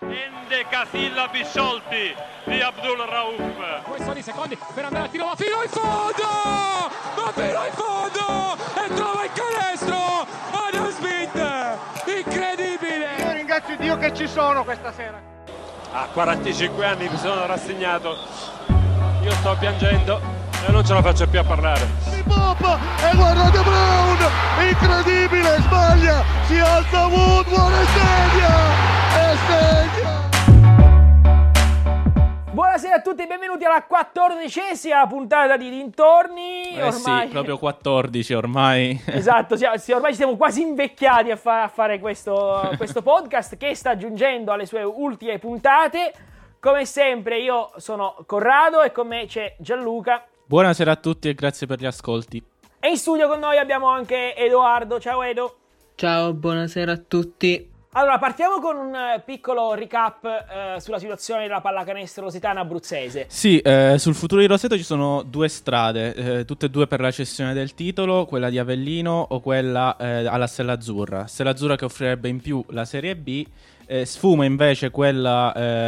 Endecasillabi sciolti di Abdul Rauf. Poi sono i secondi per andare a tiro, ma fino in fondo! Ma fino in fondo! E trova il canestro! Adam Smith! Incredibile! Io ringrazio Dio che ci sono questa sera. A 45 anni mi sono rassegnato. Io sto piangendo e non ce la faccio più a parlare. Pop, e guardate Brown! Incredibile! Sbaglia! Si alza Woodward e segna! Buonasera a tutti e benvenuti alla 14ª puntata di Dintorni. Ormai... sì, proprio 14 ormai. Esatto, ormai ci siamo quasi invecchiati a fare questo podcast che sta giungendo alle sue ultime puntate. Come sempre io sono Corrado e con me c'è Gianluca. Buonasera a tutti e grazie per gli ascolti. E in studio con noi abbiamo anche Edoardo. Ciao Edo. Ciao, buonasera a tutti. Allora, partiamo con un piccolo recap sulla situazione della pallacanestro rosetana abruzzese. Sì, sul futuro di Roseto ci sono due strade, tutte e due per la cessione del titolo, quella di Avellino o quella alla Stella Azzurra. Stella Azzurra che offrirebbe in più la Serie B, sfuma invece quella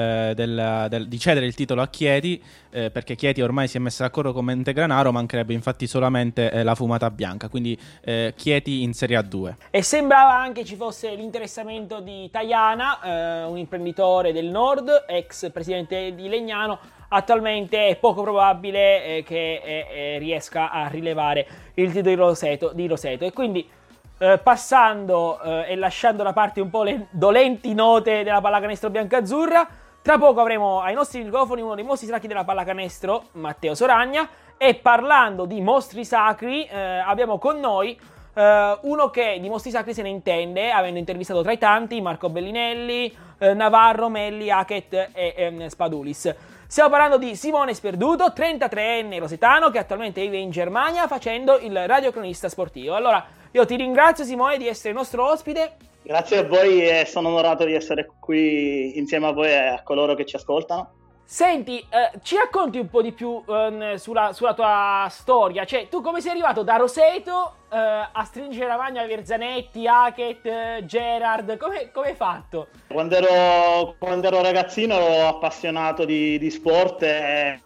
di cedere il titolo a Chieti, perché Chieti ormai si è messa d'accordo con Montegranaro, mancherebbe infatti solamente la fumata bianca, quindi Chieti in Serie A2. E sembrava anche ci fosse l'interessamento di Tajana, un imprenditore del nord, ex presidente di Legnano. Attualmente è poco probabile che riesca a rilevare il titolo di Roseto e quindi passando e lasciando da parte un po' le dolenti note della pallacanestro biancazzurra, tra poco avremo ai nostri microfoni uno dei mostri sacri della pallacanestro, Matteo Soragna, e parlando di mostri sacri abbiamo con noi uno che di mostri sacri se ne intende, avendo intervistato tra i tanti Marco Bellinelli, Navarro, Melli, Hackett e Spadulis. Stiamo parlando di Simone Sperduto, 33enne rosetano che attualmente vive in Germania facendo il radiocronista sportivo. Allora, io ti ringrazio Simone di essere il nostro ospite. Grazie a voi e sono onorato di essere qui insieme a voi e a coloro che ci ascoltano. Senti, ci racconti un po' di più sulla tua storia? Cioè, tu come sei arrivato da Roseto a stringere la maglia a Verzanetti, Hackett, Gerard? Come hai fatto? Quando ero ragazzino ero appassionato di sport e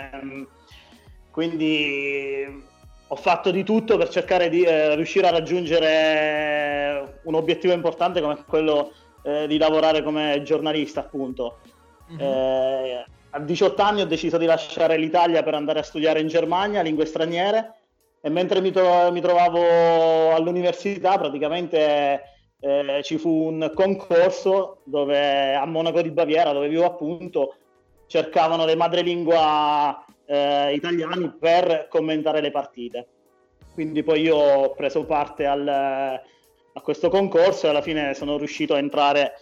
quindi ho fatto di tutto per cercare di riuscire a raggiungere un obiettivo importante come quello di lavorare come giornalista, appunto. A 18 anni ho deciso di lasciare l'Italia per andare a studiare in Germania lingue straniere e mentre mi trovavo all'università praticamente ci fu un concorso dove a Monaco di Baviera, dove vivo appunto, cercavano le madrelingua italiani per commentare le partite. Quindi poi io ho preso parte a questo concorso e alla fine sono riuscito a entrare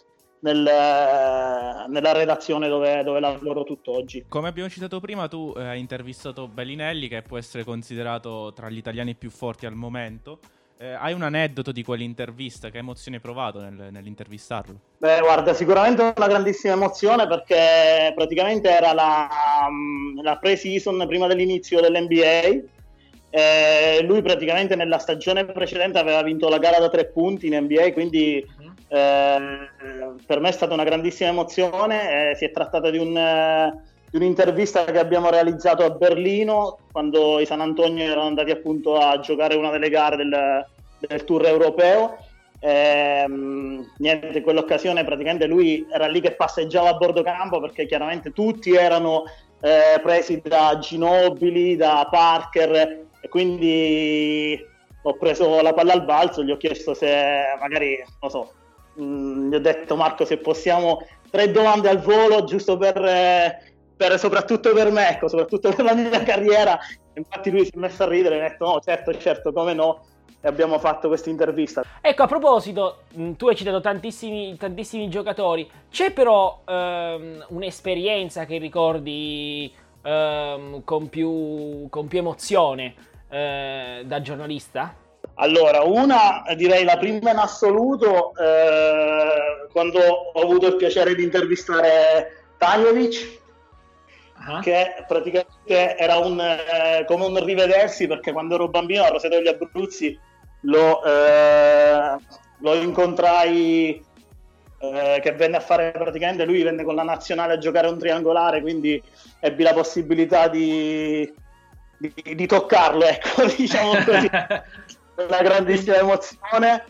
nella redazione dove lavoro tutt'oggi. Come abbiamo citato prima, tu hai intervistato Bellinelli, che può essere considerato tra gli italiani più forti al momento. Hai un aneddoto di quell'intervista? Che emozione hai provato nell'intervistarlo? Beh, guarda, sicuramente una grandissima emozione perché praticamente era la pre-season prima dell'inizio dell'NBA. Lui praticamente nella stagione precedente aveva vinto la gara da 3 punti in NBA, quindi per me è stata una grandissima emozione. Si è trattata di un'intervista che abbiamo realizzato a Berlino quando i San Antonio erano andati appunto a giocare una delle gare del tour europeo. Niente, in quell'occasione praticamente lui era lì che passeggiava a bordo campo perché chiaramente tutti erano presi da Ginobili, da Parker, e quindi ho preso la palla al balzo, gli ho chiesto se magari, non so, gli ho detto: Marco, se possiamo 3 domande al volo giusto per soprattutto per me, ecco, soprattutto per la mia carriera. Infatti lui si è messo a ridere e ha detto: no, certo, come no, e abbiamo fatto questa intervista. Ecco, a proposito, tu hai citato tantissimi giocatori, c'è però un'esperienza che ricordi con più emozione da giornalista? Allora, una direi la prima in assoluto, quando ho avuto il piacere di intervistare Tanjevic, che praticamente era come un rivedersi, perché quando ero bambino a Roseto degli Abruzzi lo incontrai che venne a fare praticamente, lui venne con la nazionale a giocare un triangolare, quindi ebbi la possibilità di toccarlo, ecco, diciamo così. Una grandissima emozione.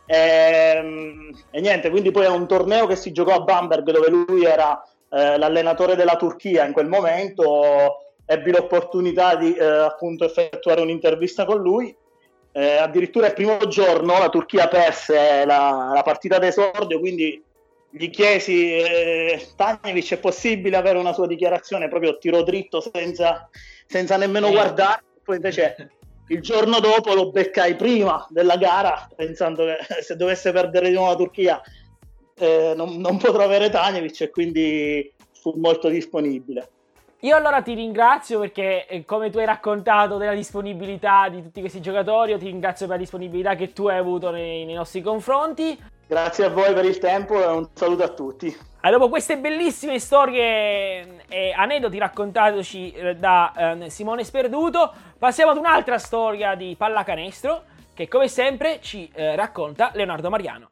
E niente, quindi poi è un torneo che si giocò a Bamberg, dove lui era l'allenatore della Turchia in quel momento. Ebbi l'opportunità di appunto effettuare un'intervista con lui. Addirittura il primo giorno la Turchia perse la partita d'esordio, quindi gli chiesi Tanjevic, è possibile avere una sua dichiarazione? Proprio tiro dritto senza nemmeno guardare. Poi invece il giorno dopo lo beccai prima della gara, pensando che se dovesse perdere di nuovo la Turchia non potrò avere Tanjevic, e quindi fu molto disponibile. Io allora ti ringrazio perché, come tu hai raccontato della disponibilità di tutti questi giocatori, io ti ringrazio per la disponibilità che tu hai avuto nei nostri confronti. Grazie a voi per il tempo e un saluto a tutti. Dopo queste bellissime storie e aneddoti raccontatoci da Simone Sperduto, passiamo ad un'altra storia di pallacanestro che, come sempre, ci racconta Leonardo Mariano.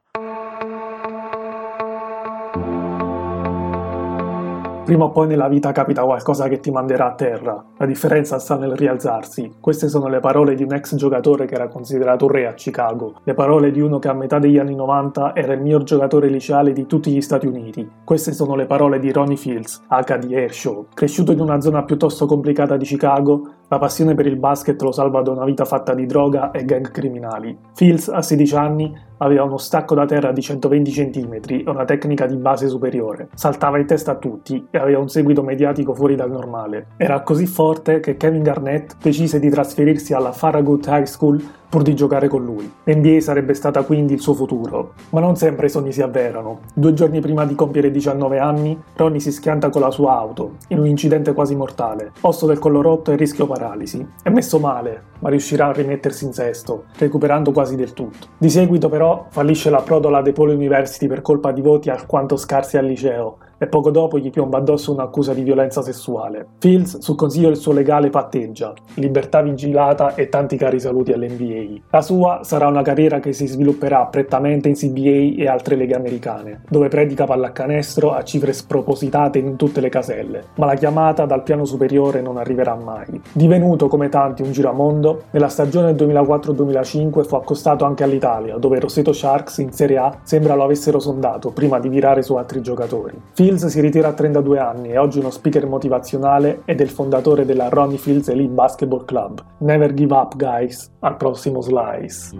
Prima o poi nella vita capita qualcosa che ti manderà a terra. La differenza sta nel rialzarsi. Queste sono le parole di un ex giocatore che era considerato un re a Chicago. Le parole di uno che a metà degli anni 90 era il miglior giocatore liceale di tutti gli Stati Uniti. Queste sono le parole di Ronnie Fields, HD Airshow. Cresciuto in una zona piuttosto complicata di Chicago, la passione per il basket lo salva da una vita fatta di droga e gang criminali. Fields, a 16 anni, aveva uno stacco da terra di 120 cm e una tecnica di base superiore. Saltava in testa a tutti e aveva un seguito mediatico fuori dal normale. Era così forte che Kevin Garnett decise di trasferirsi alla Farragut High School pur di giocare con lui. L'NBA sarebbe stata quindi il suo futuro. Ma non sempre i sogni si avverano. 2 giorni prima di compiere 19 anni, Ronnie si schianta con la sua auto, in un incidente quasi mortale. Osso del collo rotto e rischio paralisi. È messo male, ma riuscirà a rimettersi in sesto, recuperando quasi del tutto. Di seguito però fallisce l'approdo alla DePaul University per colpa di voti alquanto scarsi al liceo, e poco dopo gli piomba addosso un'accusa di violenza sessuale. Fields, sul consiglio del suo legale, patteggia, libertà vigilata e tanti cari saluti all'NBA. La sua sarà una carriera che si svilupperà prettamente in CBA e altre leghe americane, dove predica pallacanestro a cifre spropositate in tutte le caselle, ma la chiamata dal piano superiore non arriverà mai. Divenuto come tanti un giramondo, nella stagione 2004-2005 fu accostato anche all'Italia, dove Roseto Sharks in Serie A sembra lo avessero sondato prima di virare su altri giocatori. Fields si ritira a 32 anni e oggi uno speaker motivazionale ed è il fondatore della Ronnie Fields Elite Basketball Club. Never give up, guys. Al prossimo slice.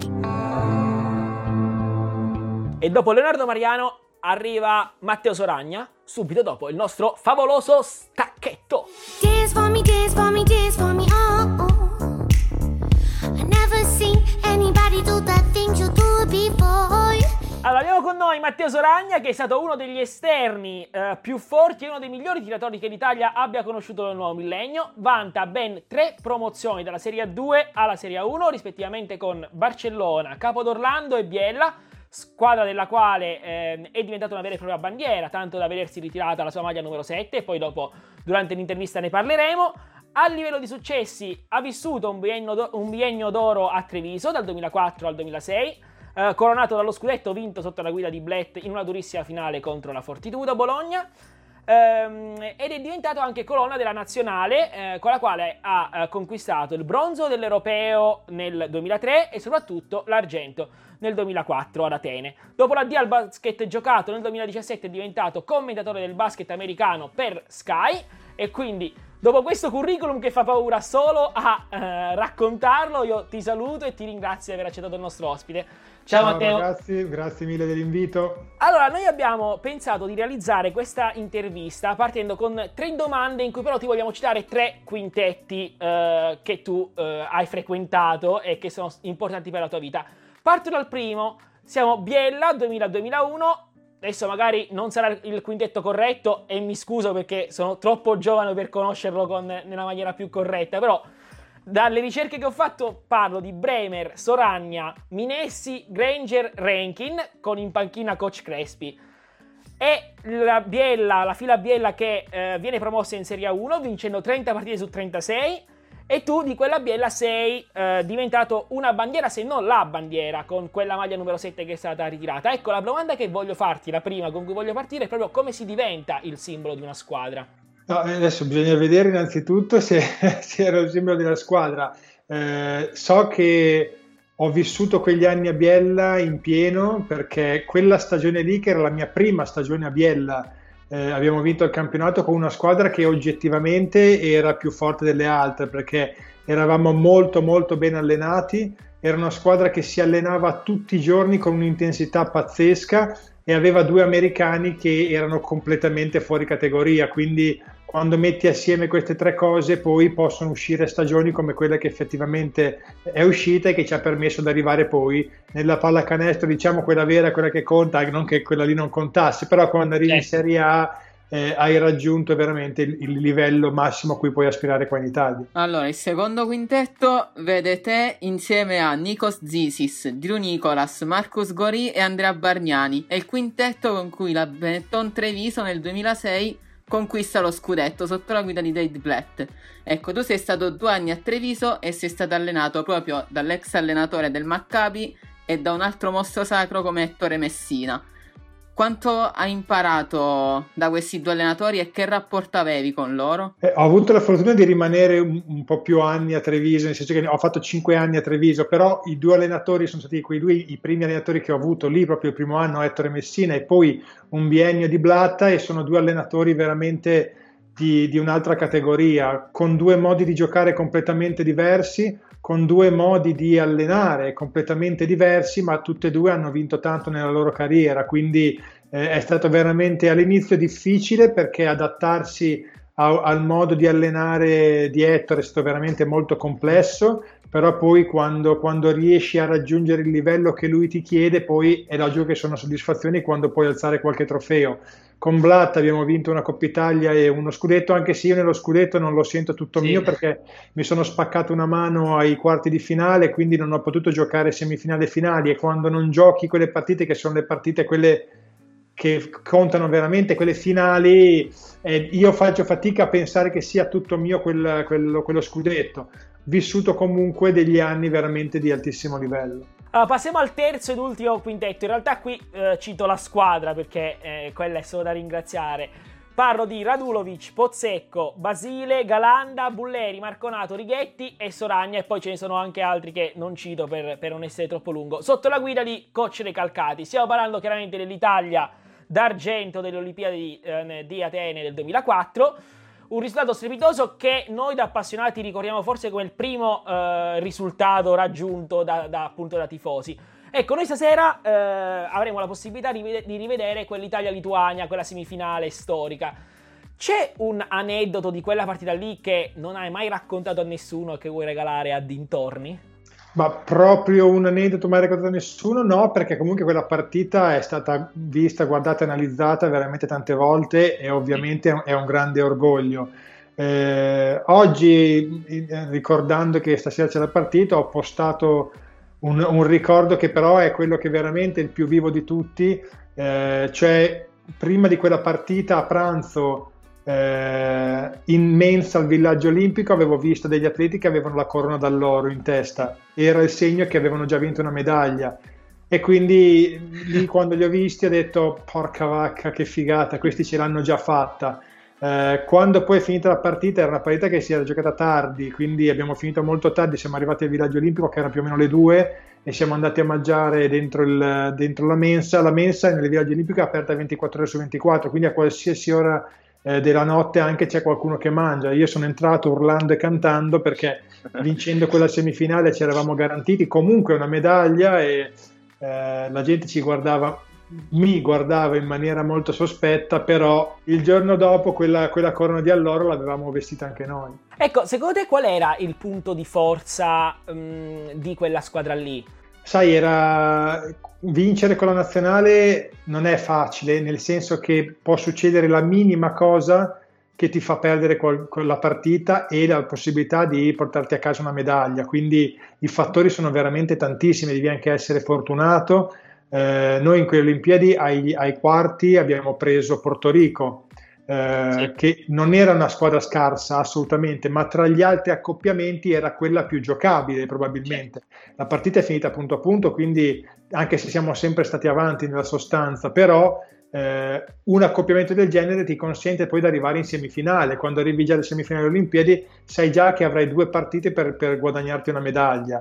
E dopo Leonardo Mariano arriva Matteo Soragna, subito dopo il nostro favoloso stacchetto. Dance for me, dance for me, dance for me, oh, oh. I never seen anybody do the things you do before. Allora, abbiamo con noi Matteo Soragna, che è stato uno degli esterni più forti e uno dei migliori tiratori che l'Italia abbia conosciuto nel nuovo millennio. Vanta ben 3 promozioni dalla Serie A2 alla Serie A1, rispettivamente con Barcellona, Capodorlando e Biella, squadra della quale è diventata una vera e propria bandiera, tanto da vedersi ritirata la sua maglia numero 7, e poi dopo, durante l'intervista, ne parleremo. A livello di successi ha vissuto un biennio d'oro a Treviso, dal 2004 al 2006, coronato dallo scudetto vinto sotto la guida di Blett in una durissima finale contro la Fortitudo Bologna, ed è diventato anche colonna della nazionale, con la quale ha conquistato il bronzo dell'Europeo nel 2003 e soprattutto l'argento nel 2004 ad Atene. Dopo l'addio al basket giocato nel 2017 è diventato commentatore del basket americano per Sky, e quindi dopo questo curriculum che fa paura solo a raccontarlo, io ti saluto e ti ringrazio di aver accettato il nostro ospite. Ciao Matteo. Ragazzi, grazie mille dell'invito. Allora, noi abbiamo pensato di realizzare questa intervista partendo con 3 domande in cui però ti vogliamo citare 3 quintetti che tu hai frequentato e che sono importanti per la tua vita. Parto dal primo, siamo Biella 2000-2001. Adesso magari non sarà il quintetto corretto e mi scuso perché sono troppo giovane per conoscerlo nella maniera più corretta, però dalle ricerche che ho fatto parlo di Bremer, Soragna, Minessi, Granger, Rankin, con in panchina coach Crespi. E la fila Biella che viene promossa in Serie A1 vincendo 30 partite su 36, E tu di quella biella sei diventato una bandiera, se non la bandiera, con quella maglia numero 7 che è stata ritirata. Ecco, la domanda che voglio farti, la prima con cui voglio partire, è proprio come si diventa il simbolo di una squadra. No, adesso bisogna vedere innanzitutto se era il simbolo della squadra. So che ho vissuto quegli anni a Biella in pieno, perché quella stagione lì, che era la mia prima stagione a Biella, abbiamo vinto il campionato con una squadra che oggettivamente era più forte delle altre, perché eravamo molto molto ben allenati, era una squadra che si allenava tutti i giorni con un'intensità pazzesca e aveva 2 americani che erano completamente fuori categoria, quindi quando metti assieme queste 3 cose poi possono uscire stagioni come quella che effettivamente è uscita e che ci ha permesso di arrivare poi nella pallacanestro, diciamo quella vera, quella che conta, non che quella lì non contasse, però quando arrivi in Serie A hai raggiunto veramente il livello massimo a cui puoi aspirare qua in Italia. Allora, il secondo quintetto vede te insieme a Nikos Zisis, Drew Nicolas, Marcus Gori e Andrea Bargnani. È il quintetto con cui la Benetton Treviso nel 2006 conquista lo scudetto sotto la guida di Dave Blatt. Ecco, tu sei stato 2 anni a Treviso e sei stato allenato proprio dall'ex allenatore del Maccabi e da un altro mostro sacro come Ettore Messina. Quanto hai imparato da questi 2 allenatori e che rapporto avevi con loro? Ho avuto la fortuna di rimanere un po' più anni a Treviso, nel senso che ho fatto 5 anni a Treviso, però i 2 allenatori sono stati quei 2 i primi allenatori che ho avuto lì, proprio il primo anno, Ettore Messina e poi un biennio di Blatta, e sono 2 allenatori veramente di un'altra categoria, con 2 modi di giocare completamente diversi, con 2 modi di allenare completamente diversi, ma tutte e 2 hanno vinto tanto nella loro carriera, quindi è stato veramente all'inizio difficile, perché adattarsi al modo di allenare di Ettore è stato veramente molto complesso, però poi quando riesci a raggiungere il livello che lui ti chiede, poi è logico che sono soddisfazioni quando puoi alzare qualche trofeo. Con Blatt abbiamo vinto una Coppa Italia e uno scudetto, anche se io nello scudetto non lo sento tutto mio, perché mi sono spaccato una mano ai quarti di finale, quindi non ho potuto giocare semifinali e finali, e quando non giochi quelle partite che sono le partite quelle che contano veramente, quelle finali, io faccio fatica a pensare che sia tutto mio quello scudetto, vissuto comunque degli anni veramente di altissimo livello. Allora, passiamo al terzo ed ultimo quintetto. In realtà qui cito la squadra, perché quella è solo da ringraziare. Parlo di Radulovic, Pozzecco, Basile, Galanda, Bulleri, Marconato, Righetti e Soragna, e poi ce ne sono anche altri che non cito per non essere troppo lungo, sotto la guida di Coach Recalcati. Stiamo parlando chiaramente dell'Italia d'argento delle Olimpiadi di Atene del 2004, un risultato strepitoso che noi da appassionati ricordiamo forse come il primo risultato raggiunto appunto da tifosi. Ecco, noi stasera avremo la possibilità di rivedere quell'Italia-Lituania, quella semifinale storica. C'è un aneddoto di quella partita lì che non hai mai raccontato a nessuno e che vuoi regalare a dintorni? Ma proprio un aneddoto mai raccontato a nessuno, no, perché comunque quella partita è stata vista, guardata e analizzata veramente tante volte, e ovviamente è un grande orgoglio. Oggi, ricordando che stasera c'è la partita, ho postato un ricordo che però è quello che è veramente il più vivo di tutti, cioè prima di quella partita a pranzo in mensa al villaggio olimpico avevo visto degli atleti che avevano la corona d'alloro in testa, era il segno che avevano già vinto una medaglia, e quindi lì quando li ho visti ho detto porca vacca, che figata, questi ce l'hanno già fatta. Quando poi è finita la partita, era una partita che si era giocata tardi, quindi abbiamo finito molto tardi, siamo arrivati al villaggio olimpico che era più o meno le 2 e siamo andati a mangiare dentro la mensa. La mensa nel villaggio olimpico è aperta 24 ore su 24, quindi a qualsiasi ora della notte anche c'è qualcuno che mangia. Io sono entrato urlando e cantando, perché vincendo quella semifinale ci eravamo garantiti comunque una medaglia, e la gente mi guardava in maniera molto sospetta, però il giorno dopo quella corona di alloro l'avevamo vestita anche noi. Ecco, secondo te qual era il punto di forza di quella squadra lì? Sai, vincere con la nazionale non è facile, nel senso che può succedere la minima cosa che ti fa perdere la partita e la possibilità di portarti a casa una medaglia, quindi i fattori sono veramente tantissimi, devi anche essere fortunato. Noi in quelle Olimpiadi ai quarti abbiamo preso Porto Rico, che non era una squadra scarsa assolutamente, ma tra gli altri accoppiamenti era quella più giocabile probabilmente. La partita è finita punto a punto, quindi anche se siamo sempre stati avanti nella sostanza, però un accoppiamento del genere ti consente poi di arrivare in semifinale. Quando arrivi già alle semifinali delle Olimpiadi sai già che avrai 2 partite per guadagnarti una medaglia.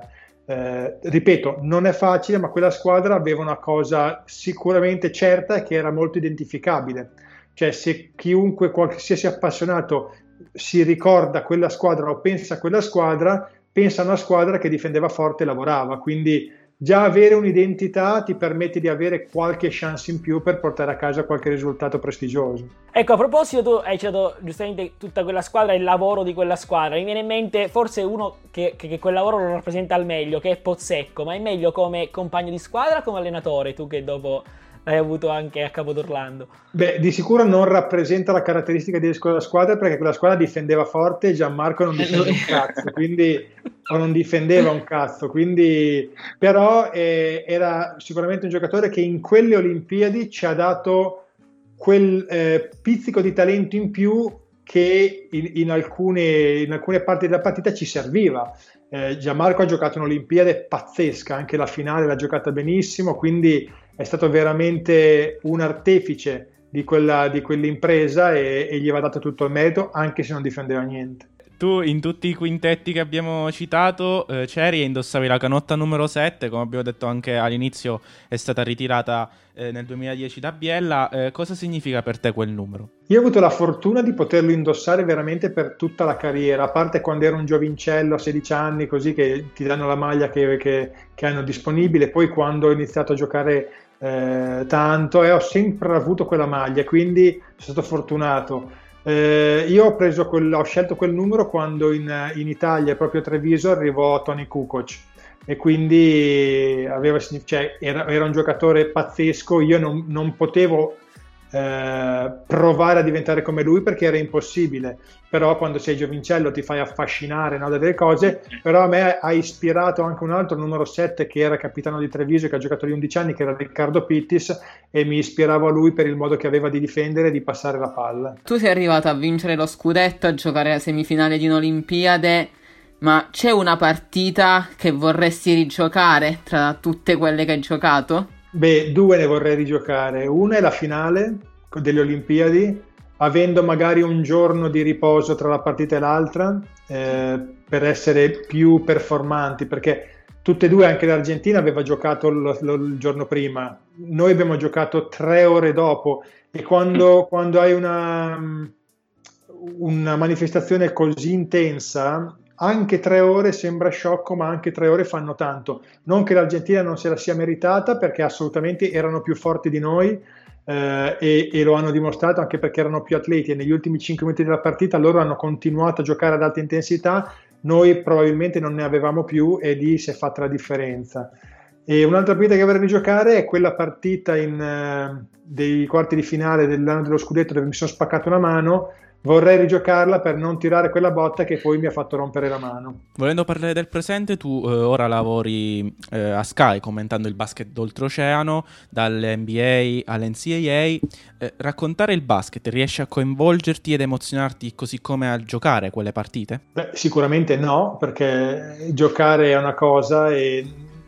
Ripeto, non è facile, ma quella squadra aveva una cosa sicuramente certa, che era molto identificabile. Cioè, se chiunque, qualsiasi appassionato si ricorda quella squadra o pensa a quella squadra, pensa a una squadra che difendeva forte e lavorava. Quindi già avere un'identità ti permette di avere qualche chance in più per portare a casa qualche risultato prestigioso. Ecco, a proposito, tu hai citato giustamente tutta quella squadra e il lavoro di quella squadra. Mi viene in mente forse uno che quel lavoro lo rappresenta al meglio, che è Pozzecco. Ma è meglio come compagno di squadra o come allenatore, tu che dopo l'hai avuto anche a Capodorlando? Beh, di sicuro non rappresenta la caratteristica di quella squadra, perché quella squadra difendeva forte e Gianmarco non difendeva un cazzo, quindi, o non difendeva un cazzo, quindi, però era sicuramente un giocatore che in quelle Olimpiadi ci ha dato quel pizzico di talento in più che in alcune parti della partita ci serviva. Gianmarco ha giocato un'Olimpiade pazzesca, anche la finale l'ha giocata benissimo, quindi è stato veramente un artefice di quell'impresa e gli va dato tutto il merito, anche se non difendeva niente. Tu in tutti i quintetti che abbiamo citato c'eri e indossavi la canotta numero 7, come abbiamo detto anche all'inizio è stata ritirata nel 2010 da Biella. Cosa significa per te quel numero? Io ho avuto la fortuna di poterlo indossare veramente per tutta la carriera, a parte quando ero un giovincello a 16 anni, così, che ti danno la maglia che hanno disponibile, poi quando ho iniziato a giocare tanto ho sempre avuto quella maglia, quindi sono stato fortunato. Io ho scelto quel numero quando in Italia, proprio a Treviso, arrivò Toni Kukoc e quindi era un giocatore pazzesco. Io non potevo provare a diventare come lui perché era impossibile, però quando sei giovincello ti fai affascinare, no, da delle cose. Però a me ha ispirato anche un altro numero 7 che era capitano di Treviso, che ha giocato lì 11 anni, che era Riccardo Pittis, e mi ispiravo a lui per il modo che aveva di difendere e di passare la palla. Tu sei arrivato a vincere lo scudetto, a giocare la semifinale di un'Olimpiade, ma c'è una partita che vorresti rigiocare tra tutte quelle che hai giocato? Beh, 2 ne vorrei rigiocare. Una è la finale delle Olimpiadi, avendo magari un giorno di riposo tra la partita e l'altra, per essere più performanti, perché tutte e 2, anche l'Argentina aveva giocato il giorno prima, noi abbiamo giocato 3 ore dopo, e quando hai una manifestazione così intensa, anche 3 ore sembra sciocco, ma anche 3 ore fanno tanto. Non che l'Argentina non se la sia meritata, perché assolutamente erano più forti di noi, e lo hanno dimostrato, anche perché erano più atleti, e negli ultimi 5 minuti della partita loro hanno continuato a giocare ad alta intensità, noi probabilmente non ne avevamo più, e lì si è fatta la differenza. E un'altra partita che vorrei rigiocare è quella partita dei quarti di finale dell'anno dello scudetto, dove mi sono spaccato una mano. Vorrei rigiocarla per non tirare quella botta che poi mi ha fatto rompere la mano. Volendo parlare del presente, tu ora lavori a Sky commentando il basket d'oltreoceano, dall'NBA all'NCAA. Raccontare il basket riesce a coinvolgerti ed emozionarti così come a giocare quelle partite? Beh, sicuramente no, perché giocare è una cosa, e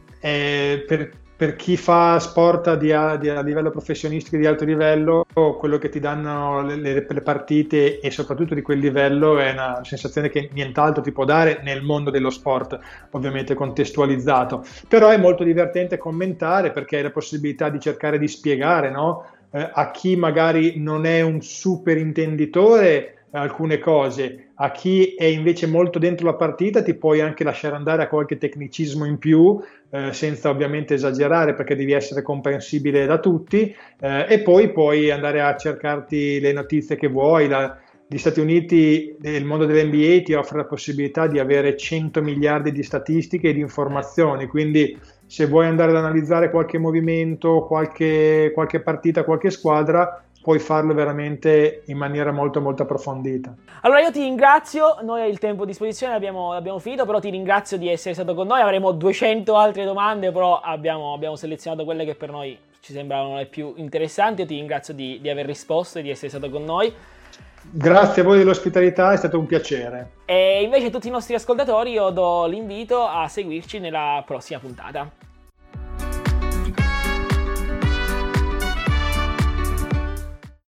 per chi fa sport a livello professionistico di alto livello, quello che ti danno le partite, e soprattutto di quel livello, è una sensazione che nient'altro ti può dare nel mondo dello sport, ovviamente contestualizzato. Però è molto divertente commentare, perché hai la possibilità di cercare di spiegare, no? A chi magari non è un super intenditore alcune cose, a chi è invece molto dentro la partita ti puoi anche lasciare andare a qualche tecnicismo in più, senza ovviamente esagerare, perché devi essere comprensibile da tutti, e poi puoi andare a cercarti le notizie che vuoi. Gli Stati Uniti, il mondo dell'NBA ti offre la possibilità di avere 100 miliardi di statistiche e di informazioni, quindi se vuoi andare ad analizzare qualche movimento, qualche partita, qualche squadra, puoi farlo veramente in maniera molto molto approfondita. Allora io ti ringrazio, noi il tempo a disposizione l'abbiamo finito, però ti ringrazio di essere stato con noi. Avremo 200 altre domande, però abbiamo selezionato quelle che per noi ci sembravano le più interessanti. Io ti ringrazio di aver risposto e di essere stato con noi. Grazie a voi dell'ospitalità, è stato un piacere. E invece a tutti i nostri ascoltatori io do l'invito a seguirci nella prossima puntata.